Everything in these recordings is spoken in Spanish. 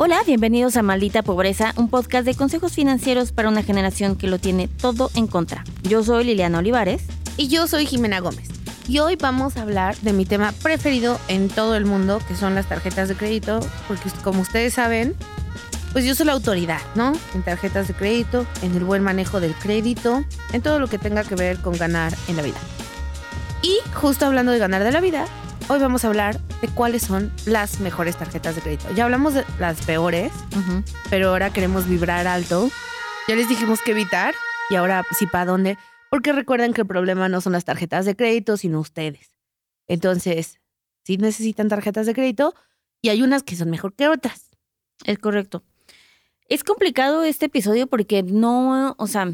Hola, bienvenidos a Maldita Pobreza, un podcast de consejos financieros para una generación que lo tiene todo en contra. Yo soy Liliana Olivares. Y yo soy Jimena Gómez. Y hoy vamos a hablar de mi tema preferido en todo el mundo, que son las tarjetas de crédito, porque como ustedes saben, pues yo soy la autoridad, ¿no? En tarjetas de crédito, en el buen manejo del crédito, en todo lo que tenga que ver con ganar en la vida. Y justo hablando de ganar de la vida, hoy vamos a hablar de cuáles son las mejores tarjetas de crédito. Ya hablamos de las peores, pero ahora queremos vibrar alto. Ya les dijimos qué evitar y ahora sí para dónde. Porque recuerden que el problema no son las tarjetas de crédito, sino ustedes. Entonces, sí necesitan tarjetas de crédito y hay unas que son mejor que otras. Es correcto. Es complicado este episodio porque no, o sea,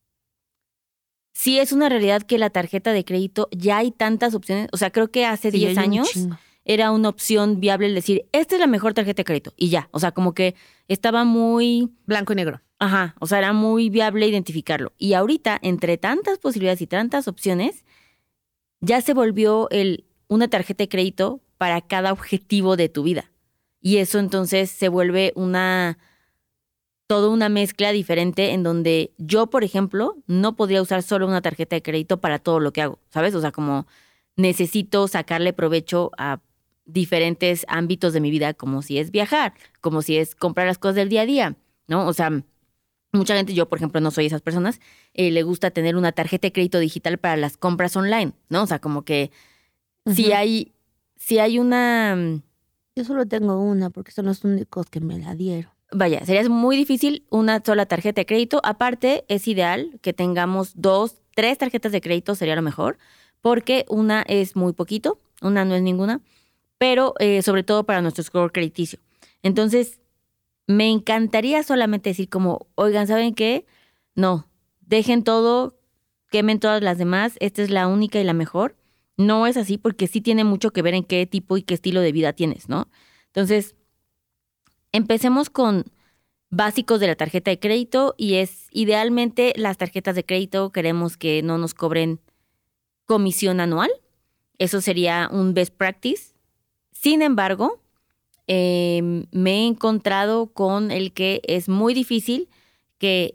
sí es una realidad que la tarjeta de crédito ya hay tantas opciones. O sea, creo que hace 10 años era una opción viable el decir, esta es la mejor tarjeta de crédito y ya. O sea, como que estaba muy blanco y negro. Ajá, o sea, era muy viable identificarlo. Y ahorita, entre tantas posibilidades y tantas opciones, ya se volvió una tarjeta de crédito para cada objetivo de tu vida. Y eso entonces se vuelve toda una mezcla diferente en donde yo, por ejemplo, no podría usar solo una tarjeta de crédito para todo lo que hago, ¿sabes? O sea, como necesito sacarle provecho a diferentes ámbitos de mi vida, como si es viajar, como si es comprar las cosas del día a día, ¿no? O sea, mucha gente, yo por ejemplo no soy esas personas, le gusta tener una tarjeta de crédito digital para las compras online, ¿no? O sea, como que si hay una... Yo solo tengo una porque son los únicos que me la dieron. Vaya, sería muy difícil una sola tarjeta de crédito. Aparte, es ideal que tengamos 2, 3 tarjetas de crédito, sería lo mejor, porque una es muy poquito, una no es ninguna, pero sobre todo para nuestro score crediticio. Entonces, me encantaría solamente decir como, oigan, ¿saben qué? No, dejen todo, quemen todas las demás, esta es la única y la mejor. No es así porque sí tiene mucho que ver en qué tipo y qué estilo de vida tienes, ¿no? Entonces, empecemos con básicos de la tarjeta de crédito y es idealmente las tarjetas de crédito queremos que no nos cobren comisión anual. Eso sería un best practice. Sin embargo, me he encontrado con el que es muy difícil que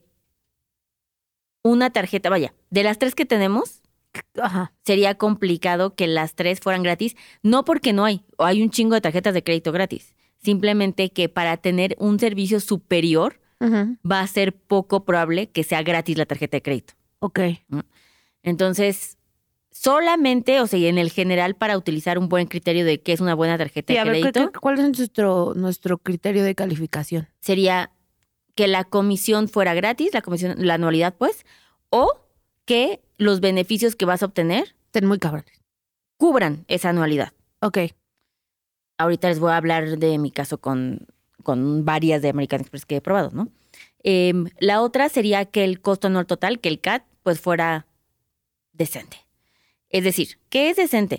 una tarjeta, vaya, de las 3 que tenemos, sería complicado que las 3 fueran gratis, no porque no hay un chingo de tarjetas de crédito gratis, simplemente que para tener un servicio superior va a ser poco probable que sea gratis la tarjeta de crédito. Ok. Entonces, solamente, o sea, en el general, para utilizar un buen criterio de qué es una buena tarjeta de crédito. ¿Cuál es nuestro criterio de calificación? Sería que la comisión fuera gratis, la anualidad, pues, o que los beneficios que vas a obtener estén muy cabrones, cubran esa anualidad. Ok. Ahorita les voy a hablar de mi caso con varias de American Express que he probado, ¿no? La otra sería que el costo anual total, que el CAT, pues fuera decente. Es decir, ¿qué es decente?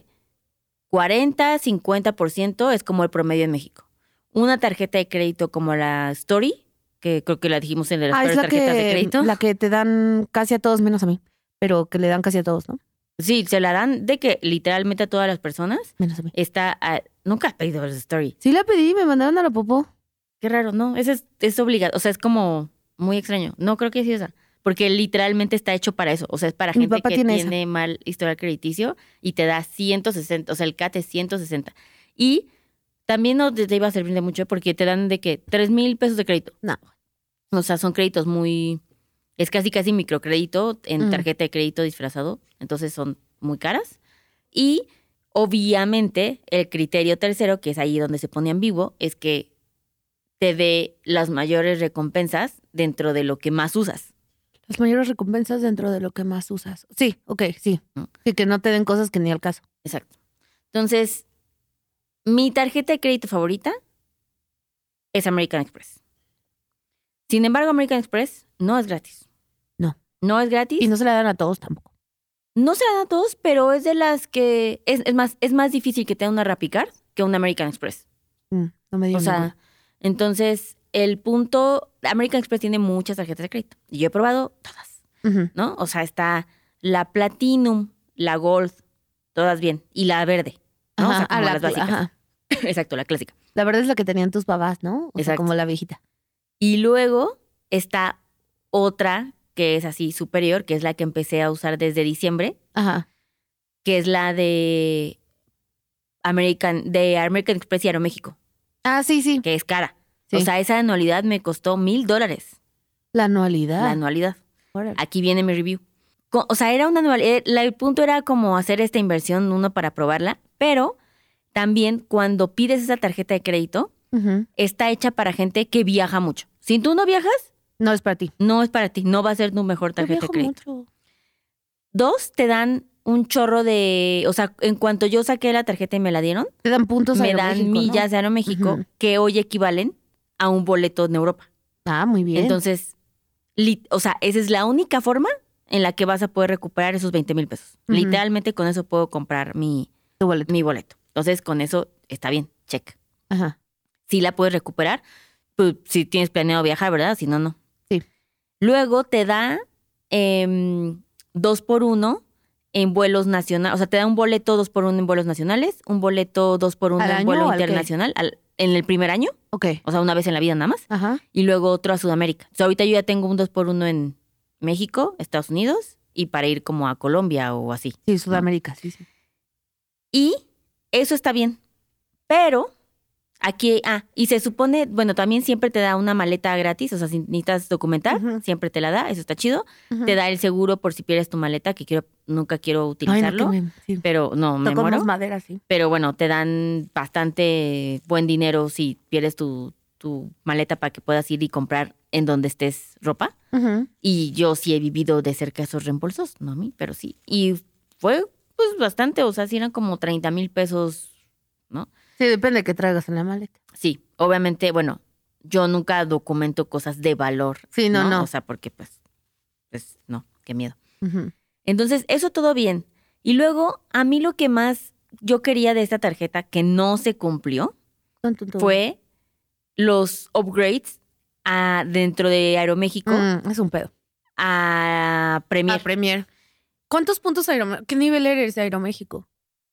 40-50% es como el promedio en México. Una tarjeta de crédito como la Story, que creo que la dijimos en las peores tarjetas de crédito. La que te dan casi a todos menos a mí, pero que le dan casi a todos, ¿no? Sí, se la dan de que literalmente a todas las personas. Menos a mí. Nunca has pedido la Story. Sí la pedí, me mandaron a la popó. Qué raro, ¿no? Ese es obligado. O sea, es como muy extraño. No creo que sí esa. Porque literalmente está hecho para eso. O sea, es para gente que tiene mal historial crediticio y te da 160. O sea, el CAT es 160. Y también no te iba a servir de mucho porque te dan de que 3,000 pesos de crédito. No. O sea, son créditos es casi microcrédito en tarjeta de crédito disfrazado. Entonces son muy caras. Y obviamente el criterio tercero, que es ahí donde se pone ambiguo, es que te dé las mayores recompensas dentro de lo que más usas. Las mayores recompensas dentro de lo que más usas. Sí, ok, sí. Sí, que no te den cosas que ni al caso. Exacto. Entonces, mi tarjeta de crédito favorita es American Express. Sin embargo, American Express no es gratis. No. No es gratis. Y no se la dan a todos tampoco. No se la dan a todos, pero es de las que... Es más difícil que te den una Rapicard que una American Express. No me digas. O sea, entonces, el punto... American Express tiene muchas tarjetas de crédito. Y yo he probado todas, ¿no? O sea, está la Platinum, la Gold, todas bien. Y la verde, ¿no? Ajá, o sea, como las básicas. Exacto, la clásica. La verdad es la que tenían tus papás, ¿no? O sea, Exacto. como la viejita. Y luego está otra que es así superior, que es la que empecé a usar desde diciembre, Ajá. que es la de American Express y Aeroméxico, Ah, sí. que es cara. Sí. O sea, esa anualidad me costó $1,000. La anualidad. La anualidad. Órale. Aquí viene mi review. O sea, era una anualidad. El punto era como hacer esta inversión, uno, para probarla, pero también cuando pides esa tarjeta de crédito, Ujú. está hecha para gente que viaja mucho. Si tú no viajas, No es para ti. no es para ti, no va a ser tu mejor Yo tarjeta de viajo crédito. mucho. 2, te dan un chorro de, o sea, en cuanto yo saqué la tarjeta y me la dieron, Te dan puntos me dan Aeroméxico, millas ¿no? de Aeroméxico Ujú. que hoy equivalen a un boleto en Europa. Ah, muy bien. Entonces, o sea, esa es la única forma en la que vas a poder recuperar esos 20,000 pesos. Ujú. Literalmente con eso puedo comprar mi Tu boleto. boleto. Entonces, con eso está bien, check. Ajá. Si la puedes recuperar, pues si tienes planeado viajar, ¿verdad? Si no, no. Sí. Luego te da 2x1 en vuelos nacionales. O sea, te da un boleto 2x1 en vuelos nacionales, un boleto 2x1 ¿Al en año vuelo o al qué? internacional en el primer año. Ok. O sea, una vez en la vida nada más. Ajá. Y luego otro a Sudamérica. O sea, ahorita yo ya tengo un 2x1 en México, Estados Unidos, y para ir como a Colombia o así. Sí, Sudamérica, sí. Y eso está bien. Pero aquí, y se supone, bueno, también siempre te da una maleta gratis, o sea, si necesitas documentar, Ujú. siempre te la da, eso está chido. Ujú. Te da el seguro por si pierdes tu maleta, que nunca quiero Ay, no, utilizarlo, sí. pero no, me Tocamos muero. madera, sí. Pero bueno, te dan bastante buen dinero si pierdes tu maleta para que puedas ir y comprar en donde estés ropa. Ujú. Y yo sí he vivido de cerca esos reembolsos, no a mí, pero sí. Y fue pues bastante, o sea, sí eran como 30,000 pesos, ¿no? Sí, depende de qué traigas en la maleta. Sí, obviamente, bueno, yo nunca documento cosas de valor. Sí, no. O sea, porque pues no, qué miedo. Ujú. Entonces, eso todo bien. Y luego, a mí lo que más yo quería de esta tarjeta que no se cumplió fue los upgrades dentro de Aeroméxico Es un pedo. a Premier. A Premier. ¿Cuántos puntos Aeroméxico? ¿Qué nivel eres de Aeroméxico?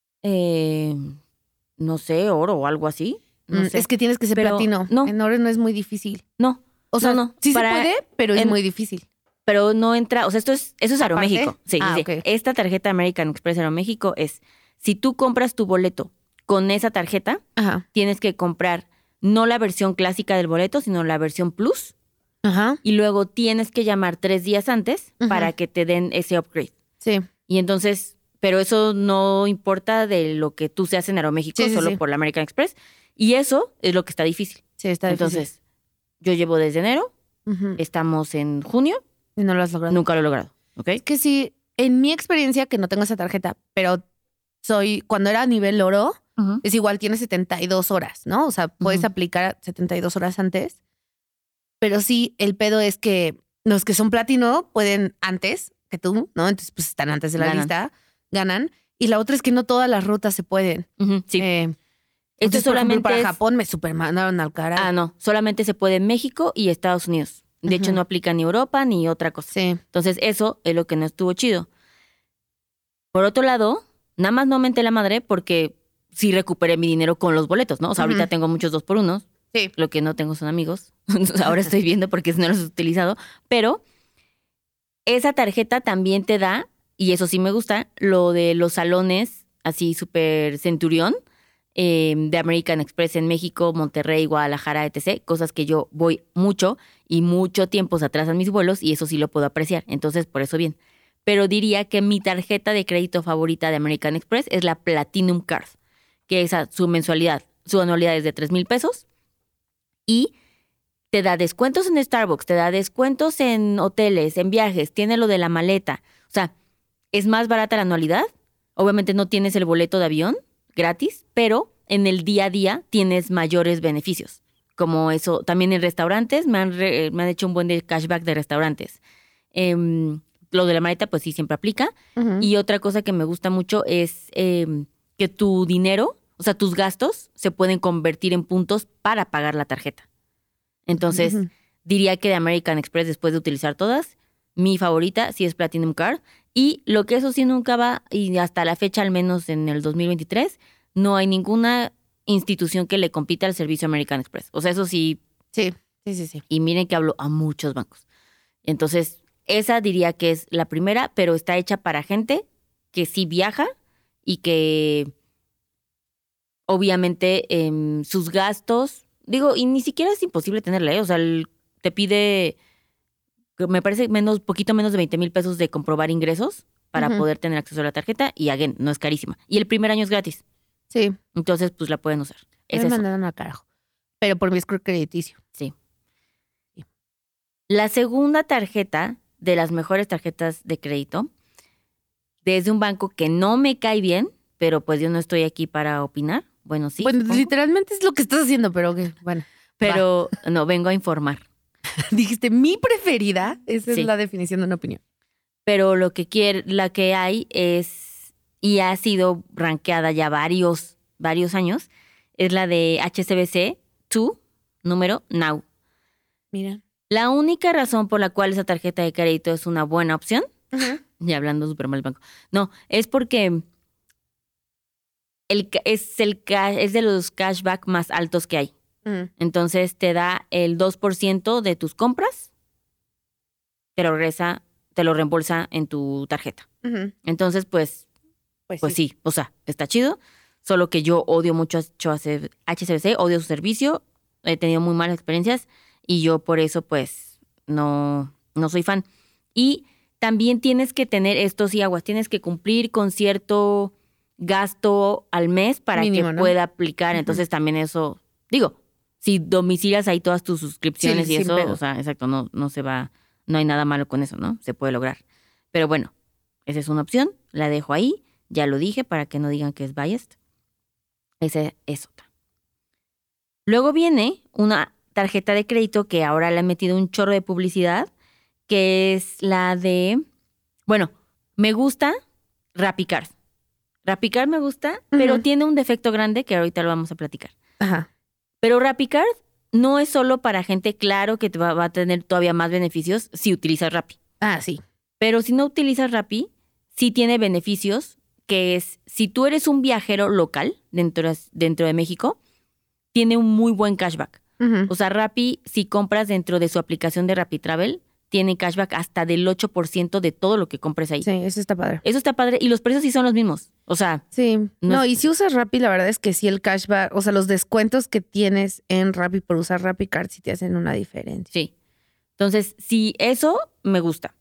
No sé, oro o algo así. No sé. Es que tienes que ser Pero platino. no. En oro no es muy difícil. No, O sea, no. sí Para- se puede, pero es en- muy difícil. Pero no entra, o sea, eso es Aeroméxico. Sí, Ah, sí. ok. Esta tarjeta American Express Aeroméxico es, si tú compras tu boleto con esa tarjeta, Ajá. tienes que comprar no la versión clásica del boleto, sino la versión Plus, Ajá. y luego tienes que llamar 3 días antes Ujú. para que te den ese upgrade. Sí. Y entonces, pero eso no importa de lo que tú seas en Aeroméxico, Sí, sí, solo sí. por la American Express. Y eso es lo que está difícil. Sí, está difícil. Entonces, yo llevo desde enero, Ujú. estamos en junio, Y no lo has logrado. nunca lo he logrado, ¿ok? Es que sí, en mi experiencia, que no tengo esa tarjeta, pero cuando era a nivel oro, Ujú. es igual, tiene 72 horas, ¿no? O sea, puedes Ujú. aplicar 72 horas antes. Pero sí, el pedo es que los que son platino pueden antes que tú, ¿no? Entonces, pues están antes de la Ganan. lista, ganan. Y la otra es que no todas las rutas se pueden. Ujú, sí. Esto Esto es solamente solamente para es- Japón, me supermandaron al carajo. no, solamente se puede en México y Estados Unidos. De hecho, Ujú. no aplica ni Europa ni otra cosa. Sí. Entonces, eso es lo que no estuvo chido. Por otro lado, nada más no aumenté la madre porque sí recuperé mi dinero con los boletos, ¿no? O sea, ahorita Ujú. tengo muchos 2x1. Sí. Lo que no tengo son amigos. Ahora estoy viendo porque no los he utilizado. Pero esa tarjeta también te da, y eso sí me gusta, lo de los salones así súper centurión de American Express en México, Monterrey, Guadalajara, etc. Cosas que yo voy mucho y mucho tiempo se atrasan mis vuelos y eso sí lo puedo apreciar. Entonces, por eso bien. Pero diría que mi tarjeta de crédito favorita de American Express es la Platinum Card, que esa, su anualidad es de 3,000 pesos y te da descuentos en Starbucks, te da descuentos en hoteles, en viajes, tiene lo de la maleta. O sea, es más barata la anualidad. Obviamente no tienes el boleto de avión gratis, pero en el día a día tienes mayores beneficios. Como eso, también en restaurantes, me han hecho un buen de cashback de restaurantes. Lo de la maleta, pues sí, siempre aplica. Ujú. Y otra cosa que me gusta mucho es que tu dinero, o sea, tus gastos, se pueden convertir en puntos para pagar la tarjeta. Entonces, Ujú. diría que de American Express, después de utilizar todas, mi favorita sí es Platinum Card. Y lo que eso sí nunca va, y hasta la fecha, al menos en el 2023, no hay ninguna institución que le compite al servicio American Express. O sea, eso sí. Sí. Y miren que hablo a muchos bancos. Entonces, esa diría que es la primera, pero está hecha para gente que sí viaja y que obviamente sus gastos, digo, y ni siquiera es imposible tenerla, ¿eh? O sea, te pide, me parece, poquito menos de 20,000 pesos de comprobar ingresos para poder tener acceso a la tarjeta y, again, no es carísima. Y el primer año es gratis. Sí. Entonces, pues la pueden usar. Me mandaron a carajo. Pero por mi score crediticio. Sí. La segunda tarjeta de las mejores tarjetas de crédito, desde un banco que no me cae bien, pero pues yo no estoy aquí para opinar. Bueno, sí. Bueno, supongo. literalmente es lo que estás haciendo, pero bueno. Pero no, vengo a informar. Dijiste, mi preferida, esa Sí. es la definición de una opinión. Pero la que hay es, y ha sido rankeada ya varios años, es la de HSBC 2, número Now. Mira. La única razón por la cual esa tarjeta de crédito es una buena opción, ya hablando súper mal del banco, no, es porque es de los cashback más altos que hay. Entonces te da el 2% de tus compras, te lo reembolsa en tu tarjeta. Entonces, pues sí, o sea, está chido. Solo que yo odio mucho a HSBC, odio su servicio, he tenido muy malas experiencias y yo por eso, pues, no soy fan. Y también tienes que tener estos y aguas, tienes que cumplir con cierto gasto al mes para mínimo, que ¿no? pueda aplicar. Entonces también eso, digo, si domicilias ahí todas tus suscripciones Sí, y sin eso, pedo. o sea, exacto, no se va, no hay nada malo con eso, ¿no? Se puede lograr. Pero bueno, esa es una opción, la dejo ahí, ya lo dije para que no digan que es biased. Esa es otra. Luego viene una tarjeta de crédito que ahora le han metido un chorro de publicidad, que es la de, bueno, me gusta RappiCard. RappiCard me gusta, pero tiene un defecto grande que ahorita lo vamos a platicar. Ajá. Pero RappiCard no es solo para gente, claro, que te va a tener todavía más beneficios si utilizas Rappi. Ah, sí. Pero si no utilizas Rappi, sí tiene beneficios, que es, si tú eres un viajero local dentro de México, tiene un muy buen cashback. O sea, Rappi, si compras dentro de su aplicación de Rappi Travel, tiene cashback hasta del 8% de todo lo que compres ahí. Sí, eso está padre. Eso está padre. Y los precios sí son los mismos. O sea, Sí. No No, es- y si usas Rappi, la verdad es que sí el cashback, o sea, los descuentos que tienes en Rappi por usar RappiCard sí te hacen una diferencia. sí. Entonces, sí, eso me gusta.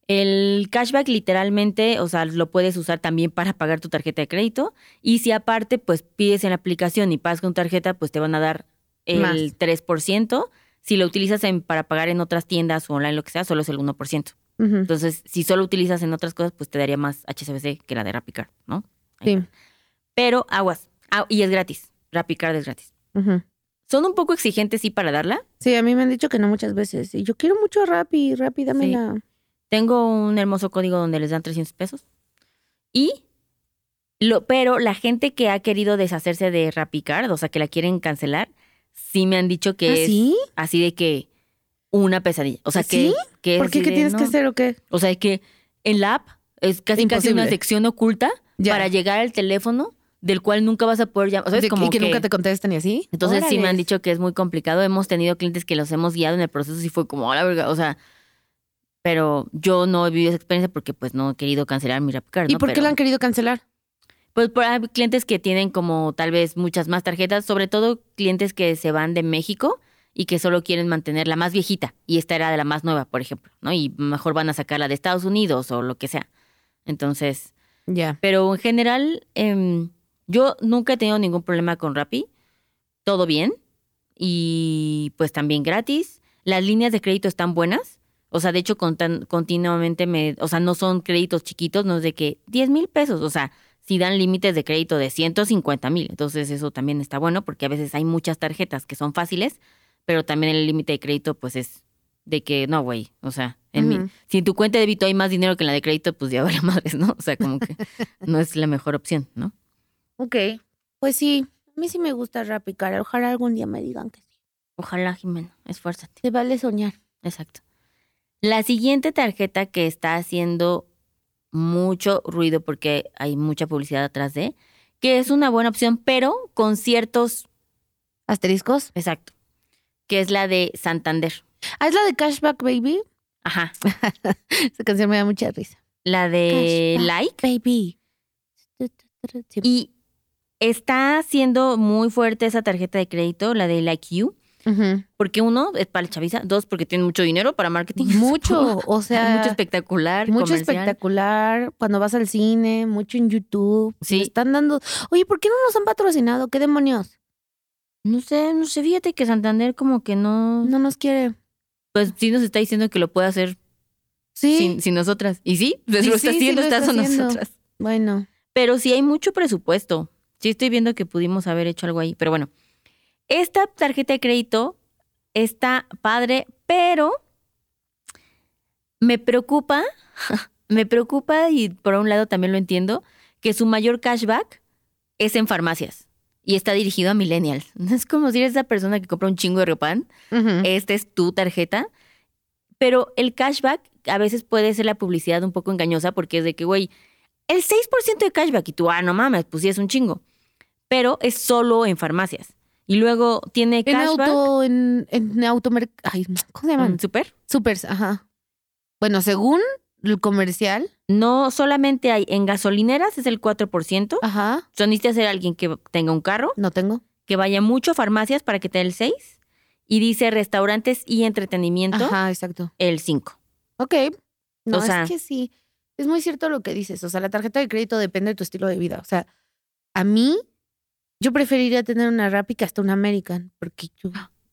El cashback literalmente, o sea, lo puedes usar también para pagar tu tarjeta de crédito. Y si aparte, pues pides en la aplicación y pagas con tarjeta, pues te van a dar el Más. 3%. Si lo utilizas para pagar en otras tiendas o online, lo que sea, solo es el 1%. Ujú. Entonces, si solo utilizas en otras cosas, pues te daría más HSBC que la de RappiCard, ¿no? Ahí Sí. está. Pero aguas. Y es gratis. RappiCard es gratis. Ujú. Son un poco exigentes, sí, para darla. Sí, a mí me han dicho que no muchas veces. Y yo quiero mucho a Rappi, dámela. Tengo un hermoso código donde les dan 300 pesos. Pero la gente que ha querido deshacerse de RappiCard, o sea, que la quieren cancelar, sí me han dicho que ¿Ah, es sí? así de que una pesadilla. O sea, ¿Sí? que es ¿Por qué? así ¿Qué de, tienes no. que hacer o qué? O sea, que en la app es casi una Imposible. sección oculta Ya. para llegar al teléfono del cual nunca vas a poder llamar. O sea, es De- como y que nunca te contestan y así. Entonces sí me han Órales. dicho que es muy complicado. Hemos tenido clientes que los hemos guiado en el proceso y fue como, la verga, o sea, pero yo no he vivido esa experiencia porque pues no he querido cancelar mi RappiCard, ¿Y ¿no? por qué Pero, la han querido cancelar? pues hay clientes que tienen como tal vez muchas más tarjetas, sobre todo clientes que se van de México y que solo quieren mantener la más viejita y esta era de la más nueva, por ejemplo, ¿no? Y mejor van a sacar la de Estados Unidos o lo que sea. Entonces, Ya. pero en general, yo nunca he tenido ningún problema con Rappi. Todo bien. Y pues también gratis. Las líneas de crédito están buenas. O sea, de hecho, continuamente o sea, no son créditos chiquitos, no es de que 10,000 pesos. O sea, si dan límites de crédito de 150,000. Entonces eso también está bueno porque a veces hay muchas tarjetas que son fáciles, pero también el límite de crédito pues es de que no, güey. O sea, si en tu cuenta de débito hay más dinero que en la de crédito, pues ya vale madres, ¿no? O sea, como que no es la mejor opción, ¿no? Ok. Pues sí, a mí sí me gusta RappiCard. Ojalá algún día me digan que sí. Ojalá, Jimena, esfuérzate. Se vale soñar. Exacto. La siguiente tarjeta que está haciendo mucho ruido porque hay mucha publicidad atrás de, que es una buena opción, pero con ciertos... ¿Asteriscos? Exacto. Que es la de Santander. Ah, ¿es la de Cashback Baby? Ajá. Esa canción me da mucha risa. La de Cashback Like. Baby. Sí. Y está siendo muy fuerte esa tarjeta de crédito, la de Like You. Ujú. Porque uno, es para la chaviza. Dos, porque tiene mucho dinero para marketing. Mucho, o sea, mucho espectacular, mucho comercial. espectacular. Cuando vas al cine, mucho en YouTube. Sí. Le están dando... Oye, ¿por qué no nos han patrocinado? ¿Qué demonios? No sé, fíjate que Santander como que no... No nos quiere. Pues sí nos está diciendo que lo puede hacer Sí. sin nosotras. Y sí, pues Y lo está sí, haciendo, sí lo está está con haciendo. nosotras. Bueno. Pero sí hay mucho presupuesto. Sí estoy viendo que pudimos haber hecho algo ahí. Pero bueno, esta tarjeta de crédito está padre, pero me preocupa y por un lado también lo entiendo, que su mayor cashback es en farmacias y está dirigido a millennials. Es como si eres esa persona que compra un chingo de Repan, Ujú. esta es tu tarjeta, pero el cashback a veces puede ser la publicidad un poco engañosa porque es de que, güey, el 6% de cashback y tú, no mames, pues sí es un chingo, pero es solo en farmacias. Y luego tiene cashback En ay, ¿cómo se llaman? en super. Supers, ajá. Bueno, según el comercial, No solamente hay en gasolineras, es el 4%. ajá, O sea, necesitas ser alguien que tenga un carro, no tengo. que vaya mucho a farmacias para que te dé el 6. Y dice restaurantes y entretenimiento, Ajá, exacto. el 5. Ok. No, O sea- es que sí. Es muy cierto lo que dices. O sea, la tarjeta de crédito depende de tu estilo de vida. O sea, a mí, yo preferiría tener una Rappi que hasta una American. Porque yo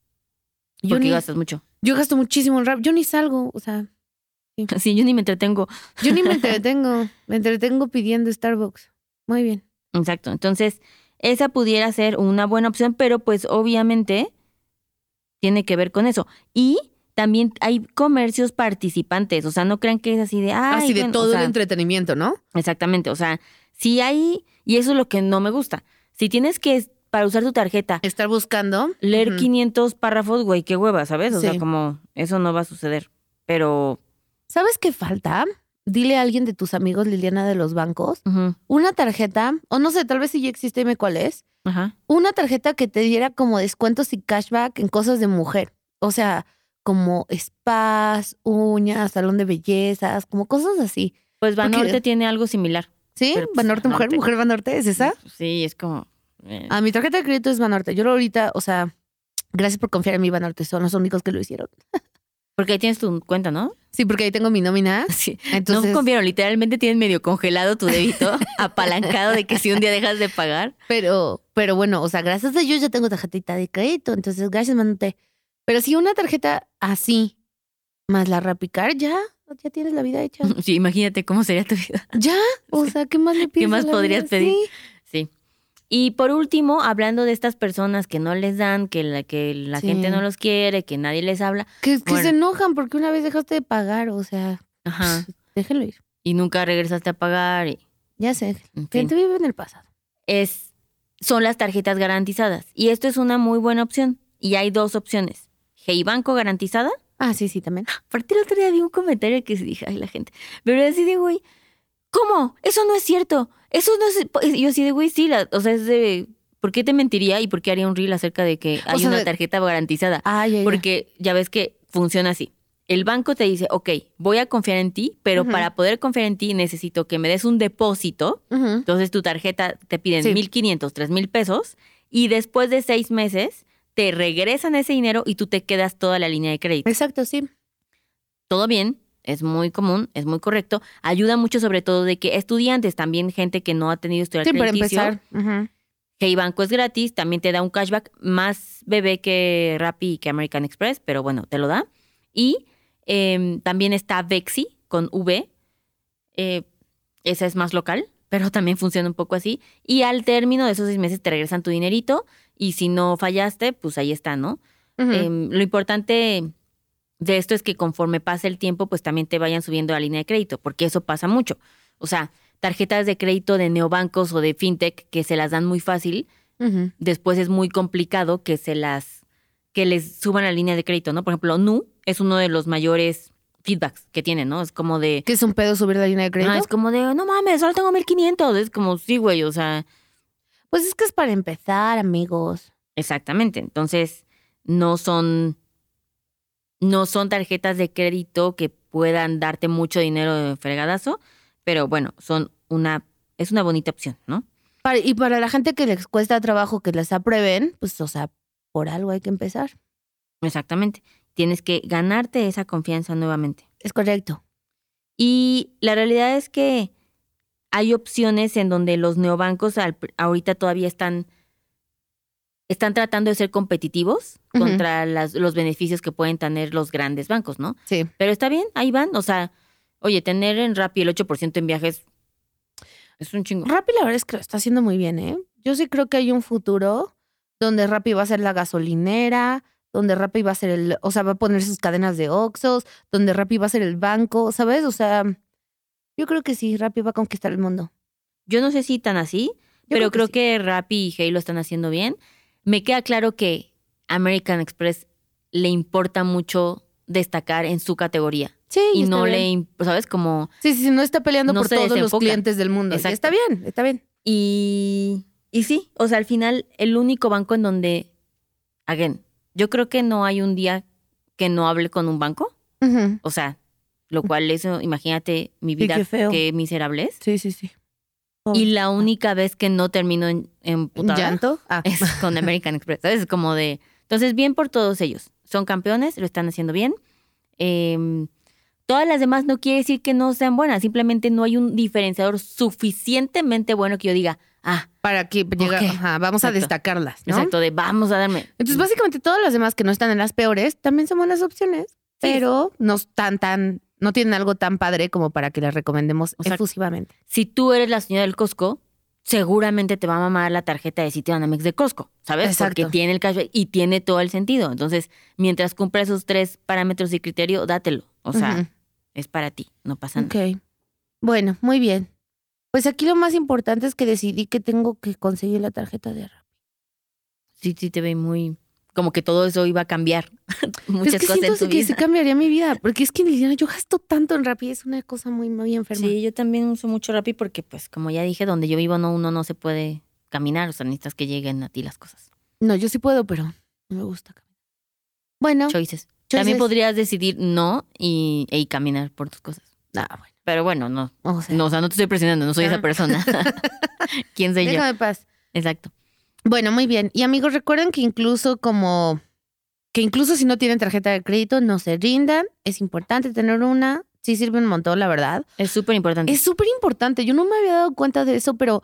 Porque ni- gastas mucho. yo gasto muchísimo en Rappi. Yo ni salgo. O sea, Sí, yo ni me entretengo. yo ni me entretengo. Me entretengo pidiendo Starbucks. Muy bien. Exacto. Entonces, esa pudiera ser una buena opción, pero pues obviamente tiene que ver con eso. Y también hay comercios participantes. O sea, no crean que es así de... Ay, Así de bueno, todo o sea, el entretenimiento, ¿no? exactamente. O sea, sí hay... Y eso es lo que no me gusta. Si tienes que, para usar tu tarjeta, Estar buscando. leer Ujú. 500 párrafos, güey, qué hueva, ¿sabes? O sea, Sí. como eso no va a suceder. Pero... ¿Sabes qué falta? Dile a alguien de tus amigos, Liliana, de los bancos, ujú, una tarjeta, o no sé, tal vez si ya existe, dime cuál es, ajá. una tarjeta que te diera como descuentos y cashback en cosas de mujer. O sea, como spas, uñas, salón de bellezas, como cosas así. Pues Porque- Banorte tiene algo similar. ¿Sí? Pero, pues, Banorte Mujer, Banorte. Mujer Banorte, ¿es esa? Sí, es como... Ah, mi tarjeta de crédito es Banorte. Yo ahorita, o sea, gracias por confiar en mí, Banorte. Son los únicos que lo hicieron. Porque ahí tienes tu cuenta, ¿no? Sí, porque ahí tengo mi nómina. Sí. Entonces, No confiaron, literalmente tienen medio congelado tu débito, apalancado de que si un día dejas de pagar. pero bueno, o sea, gracias a ellos ya tengo tarjetita de crédito. Entonces, gracias, Banorte. Pero si una tarjeta así, más la Rapicar, ya tienes la vida hecha. Sí, imagínate cómo sería tu vida. Ya, o sea, ¿qué más le pides? más a la podrías vida? pedir? Sí. Sí. Y por último, hablando de estas personas que no les dan, que la Sí. gente no los quiere, que nadie les habla. Que Bueno. se enojan porque una vez dejaste de pagar, o sea, Ajá. déjenlo ir. Y nunca regresaste a pagar. Ya sé, En que fin. te vive en el pasado. Son las tarjetas garantizadas. Y esto es una muy buena opción. Y hay dos opciones. Hey Banco garantizada. Ah, sí, también. Aparte el otro día vi un comentario que se dije, ay, la gente. Pero así de, güey, ¿cómo? Eso no es cierto. Eso no es... Y yo así de, güey, sí, o sea, es de... ¿Por qué te mentiría y por qué haría un reel acerca de que hay sea, una tarjeta garantizada? Ah, ya. Porque ya ves que funciona así. El banco te dice, ok, voy a confiar en ti, pero Ujú. para poder confiar en ti necesito que me des un depósito. Ujú. Entonces tu tarjeta te piden Sí. 1,500, 3,000 pesos y después de 6 meses te regresan ese dinero y tú te quedas toda la línea de crédito. Exacto, sí. Todo bien, es muy común, es muy correcto. Ayuda mucho sobre todo de que estudiantes, también gente que no ha tenido historial Sí, para crediticio. empezar. Ujú. Hey Banco es gratis, también te da un cashback más bebé que Rappi y que American Express, pero bueno, te lo da. Y también está Vexi con V, esa es más local, pero también funciona un poco así. Y al término de esos 6 meses te regresan tu dinerito y si no fallaste, pues ahí está, ¿no? Ujú. Lo importante de esto es que conforme pase el tiempo, pues también te vayan subiendo la línea de crédito, porque eso pasa mucho. O sea, tarjetas de crédito de neobancos o de fintech que se las dan muy fácil, Ujú. después es muy complicado que les suban la línea de crédito, ¿no? Por ejemplo, Nu es uno de los mayores feedbacks que tiene, ¿no? Es como de, ¿Qué es un pedo subir la línea de crédito? es como de, no mames, solo tengo 1,500. Es como, sí, güey, o sea, Pues es que es para empezar, amigos. Exactamente. Entonces, no son tarjetas de crédito que puedan darte mucho dinero de fregadazo, pero bueno, es una bonita opción, ¿no? Y para la gente que les cuesta trabajo que les aprueben, pues, o sea, por algo hay que empezar. Exactamente. Tienes que ganarte esa confianza nuevamente. Es correcto. Y la realidad es que hay opciones en donde los neobancos ahorita todavía están tratando de ser competitivos contra los beneficios que pueden tener los grandes bancos, ¿no? Sí. Pero está bien, ahí van. O sea, oye, tener en Rappi el 8% en viajes es un chingo. Rappi la verdad es que lo está haciendo muy bien, ¿eh? Yo sí creo que hay un futuro donde Rappi va a ser la gasolinera, donde Rappi va a ser va a poner sus cadenas de Oxxos, donde Rappi va a ser el banco, ¿sabes? O sea, yo creo que sí, Rappi va a conquistar el mundo. Yo no sé si tan así, pero creo que Rappi y Hey lo están haciendo bien. Me queda claro que American Express le importa mucho destacar en su categoría. Sí, y no bien. ¿Sabes? Como... Sí, no está peleando por todos los clientes del mundo. Exacto. Está bien. Y sí, o sea, al final, el único banco en donde, yo creo que no hay un día que no hable con un banco. Uh-huh. O sea, lo cual eso, imagínate mi vida, qué miserable es. Sí. Y la única vez que no termino en putada ¿llanto? Es con American Express. ¿Sabes? Es como de... Entonces, bien por todos ellos. Son campeones, lo están haciendo bien. Todas las demás no quiere decir que no sean buenas. Simplemente no hay un diferenciador suficientemente bueno que yo diga, para que vamos a destacarlas, ¿no? Exacto, vamos a darme. Entonces, básicamente, todas las demás que no están en las peores también son buenas opciones, sí, pero no tienen algo tan padre como para que las recomendemos efusivamente. Si tú eres la señora del Costco, seguramente te va a mamar la tarjeta de Citibanamex de Costco, ¿sabes? Exacto. Porque tiene el cashback y tiene todo el sentido. Entonces, mientras cumpla esos 3 parámetros y criterio, dátelo. O sea, es para ti, no pasa nada. Ok. Bueno, muy bien. Pues aquí lo más importante es que decidí que tengo que conseguir la tarjeta de Rappi. Sí, te ve muy... Como que todo eso iba a cambiar muchas cosas en tu vida. Que se cambiaría mi vida, porque es que Liliana, yo gasto tanto en Rappi, es una cosa muy, muy enferma. Sí, yo también uso mucho Rappi porque, pues, como ya dije, donde yo vivo uno no se puede caminar, o sea, necesitas que lleguen a ti las cosas. No, yo sí puedo, pero no me gusta caminar. Bueno. Choices. También podrías decidir no y caminar por tus cosas. Bueno. Pero bueno, no. O sea, no te estoy presionando, no soy esa persona. ¿Quién soy yo? Déjame paz. Exacto. Bueno, muy bien. Y amigos, recuerden que incluso si no tienen tarjeta de crédito, no se rindan. Es importante tener una. Sí sirve un montón, la verdad. Es súper importante. Es súper importante. Yo no me había dado cuenta de eso, pero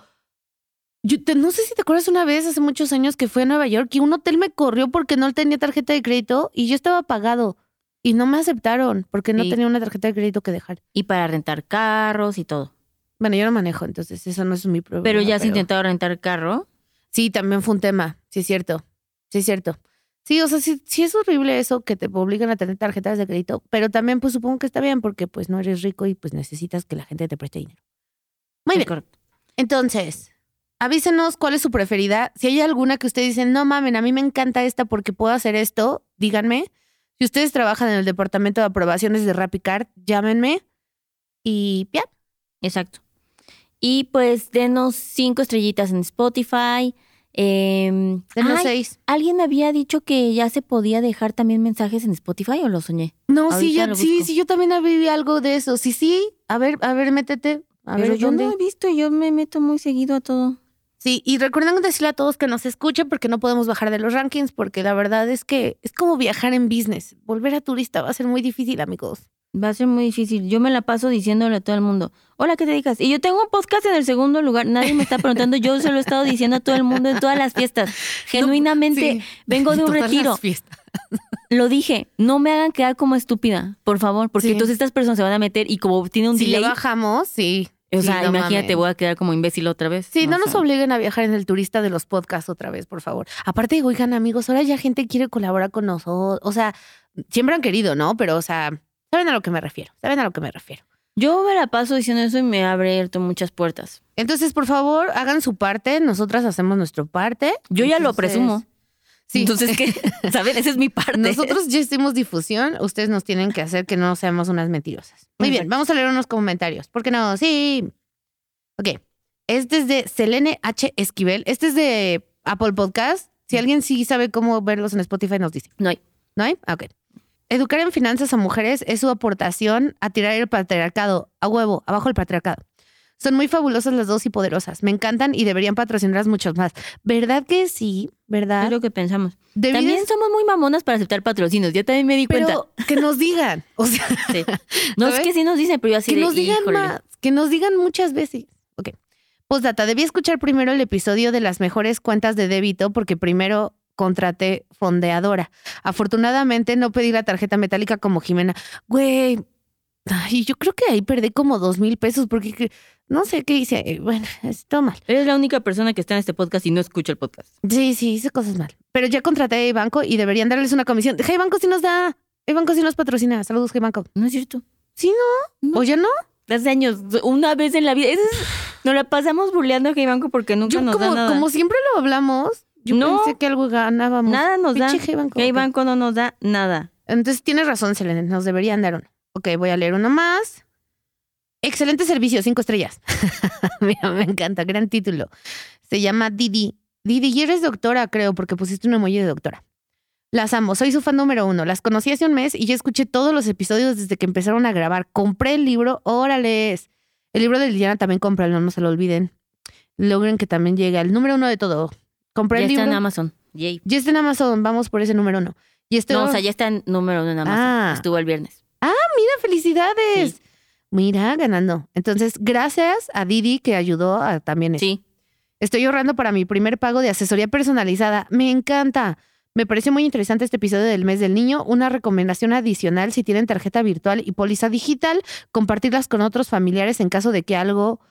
no sé si te acuerdas una vez, hace muchos años, que fui a Nueva York y un hotel me corrió porque no tenía tarjeta de crédito y yo estaba pagado. Y no me aceptaron porque no tenía una tarjeta de crédito que dejar. Y para rentar carros y todo. Bueno, yo no manejo, entonces eso no es mi problema. Pero ya has intentado rentar carro. Sí, también fue un tema. Sí, es cierto. Sí, o sea, sí es horrible eso que te obligan a tener tarjetas de crédito, pero también pues supongo que está bien porque pues no eres rico y pues necesitas que la gente te preste dinero. Muy bien. Correcto. Entonces, avísenos cuál es su preferida. Si hay alguna que ustedes dicen, no mamen, a mí me encanta esta porque puedo hacer esto, díganme. Si ustedes trabajan en el departamento de aprobaciones de RappiCard, llámenme y ya. Exacto. Y pues denos 5 estrellitas en Spotify. Denos 6. ¿Alguien me había dicho que ya se podía dejar también mensajes en Spotify o lo soñé? No, sí, yo también vi algo de eso. Sí. A ver, métete. Pero yo no he visto, yo me meto muy seguido a todo. Sí, y recuerden decirle a todos que nos escuchen porque no podemos bajar de los rankings, porque la verdad es que es como viajar en business. Volver a turista va a ser muy difícil, amigos. Va a ser muy difícil. Yo me la paso diciéndole a todo el mundo, hola, ¿qué te dedicas? Y yo tengo un podcast en el segundo lugar. Nadie me está preguntando. Yo se lo he estado diciendo a todo el mundo en todas las fiestas. Genuinamente, vengo de un retiro. Lo dije, no me hagan quedar como estúpida, por favor, porque entonces estas personas se van a meter y como tiene un delay. Si le bajamos, sí. O sea, imagínate, voy a quedar como imbécil otra vez. Sí, no nos obliguen a viajar en el turista de los podcasts otra vez, por favor. Aparte, oigan, amigos, ahora ya gente quiere colaborar con nosotros. O sea, siempre han querido, ¿no? Pero, o sea, saben a lo que me refiero. Yo me la paso diciendo eso y me ha abierto muchas puertas. Entonces, por favor, hagan su parte. Nosotras hacemos nuestra parte. Yo ya lo presumo. Sí. Entonces, ¿qué? ¿Saben? Esa es mi parte. Nosotros ya hicimos difusión. Ustedes nos tienen que hacer que no seamos unas mentirosas. Muy bien, vamos a leer unos comentarios. ¿Por qué no? Sí. Ok. Este es de Selene H. Esquivel. Este es de Apple Podcast. Si alguien sí sabe cómo verlos en Spotify, nos dice. No hay. ¿No hay? Ok. Educar en finanzas a mujeres es su aportación a tirar el patriarcado. A huevo, abajo el patriarcado. Son muy fabulosas las dos y poderosas. Me encantan y deberían patrocinarlas muchos más. ¿Verdad que sí? ¿Verdad? Es lo que pensamos. También somos muy mamonas para aceptar patrocinios. Yo también me di cuenta. Pero que nos digan. O sea, sí. No es que sí nos dicen, pero yo así que nos digan más. Que nos digan muchas veces. Ok. Postdata, debí escuchar primero el episodio de las mejores cuentas de débito porque primero contraté fondeadora. Afortunadamente no pedí la tarjeta metálica como Jimena. Güey, ay, yo creo que ahí perdí como 2,000 pesos porque no sé qué hice. Bueno, esto mal. Eres la única persona que está en este podcast y no escucha el podcast. Sí, hice cosas mal. Pero ya contraté a Banco y deberían darles una comisión. Hey, Banco sí nos da. Banco sí nos patrocina. Saludos, Hey, Banco. No es cierto. ¿Sí, no? ¿O ya no? Hace años, una vez en la vida. Nos la pasamos burleando a Hey Banco porque nunca nos da nada. Como siempre lo hablamos, yo pensé que algo ganábamos. Nada nos da. Hey Banco, Hey Banco no nos da nada. Entonces tienes razón, Selene, nos deberían dar uno. Ok, voy a leer uno más. Excelente servicio, 5 estrellas. Mira, me encanta, gran título. Se llama Didi. Didi, y eres doctora, creo, porque pusiste un emoji de doctora. Las amo, soy su fan número 1. Las conocí hace un mes y ya escuché todos los episodios desde que empezaron a grabar. Compré el libro, órales. El libro de Liliana también cómpralo, no se lo olviden. Logren que también llegue al número 1 de todo. Compré el libro. Ya está en Amazon. Yay. Ya está en Amazon, vamos por ese número 1. No, o sea, ya está en número 1 en Amazon. Estuvo el viernes. Mira, felicidades. Sí. Mira, ganando. Entonces, gracias a Didi que ayudó a también eso. Sí. Estoy ahorrando para mi primer pago de asesoría personalizada. Me encanta. Me pareció muy interesante este episodio del mes del niño. Una recomendación adicional, si tienen tarjeta virtual y póliza digital, compartirlas con otros familiares en caso de que algo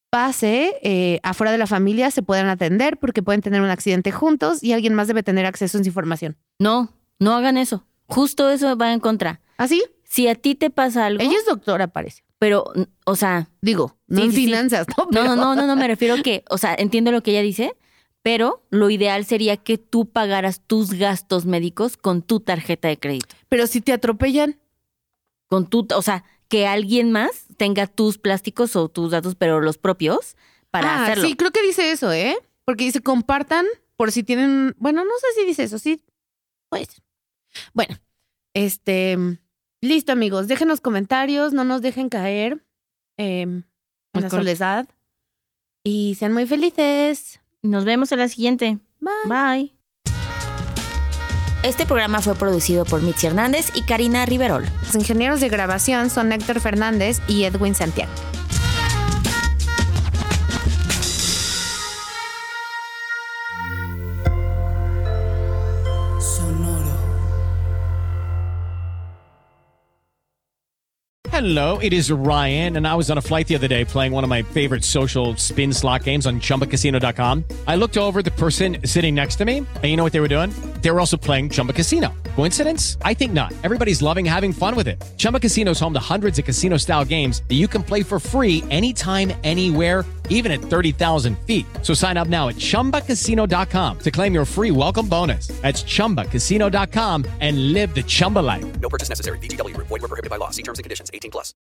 pase afuera de la familia, se puedan atender porque pueden tener un accidente juntos y alguien más debe tener acceso a esa información. No hagan eso. Justo eso va en contra. ¿Ah, sí? Si a ti te pasa algo... Ella es doctora, parece. Pero, o sea... Digo, no en finanzas, ¿no? Pero... No, me refiero que... O sea, entiendo lo que ella dice, pero lo ideal sería que tú pagaras tus gastos médicos con tu tarjeta de crédito. Pero si te atropellan... O sea, que alguien más tenga tus plásticos o tus datos, pero los propios, para hacerlo. Sí, creo que dice eso, ¿eh? Porque dice compartan por si tienen... Bueno, no sé si dice eso, sí. Pues... Bueno, listo, amigos. Déjenos comentarios, no nos dejen caer en la soledad. Y sean muy felices. Nos vemos en la siguiente. Bye. Este programa fue producido por Mitzi Hernández y Karina Riverol. Los ingenieros de grabación son Héctor Fernández y Edwin Santiago. Hello, it is Ryan, and I was on a flight the other day playing one of my favorite social spin slot games on ChumbaCasino.com. I looked over at the person sitting next to me, and you know what they were doing? They were also playing Chumba Casino. Coincidence? I think not. Everybody's loving having fun with it. Chumba Casino is home to hundreds of casino-style games that you can play for free anytime, anywhere, even at 30,000 feet. So sign up now at ChumbaCasino.com to claim your free welcome bonus. That's ChumbaCasino.com and live the Chumba life. No purchase necessary. VGW. Void where prohibited by law. See terms and conditions. 18+.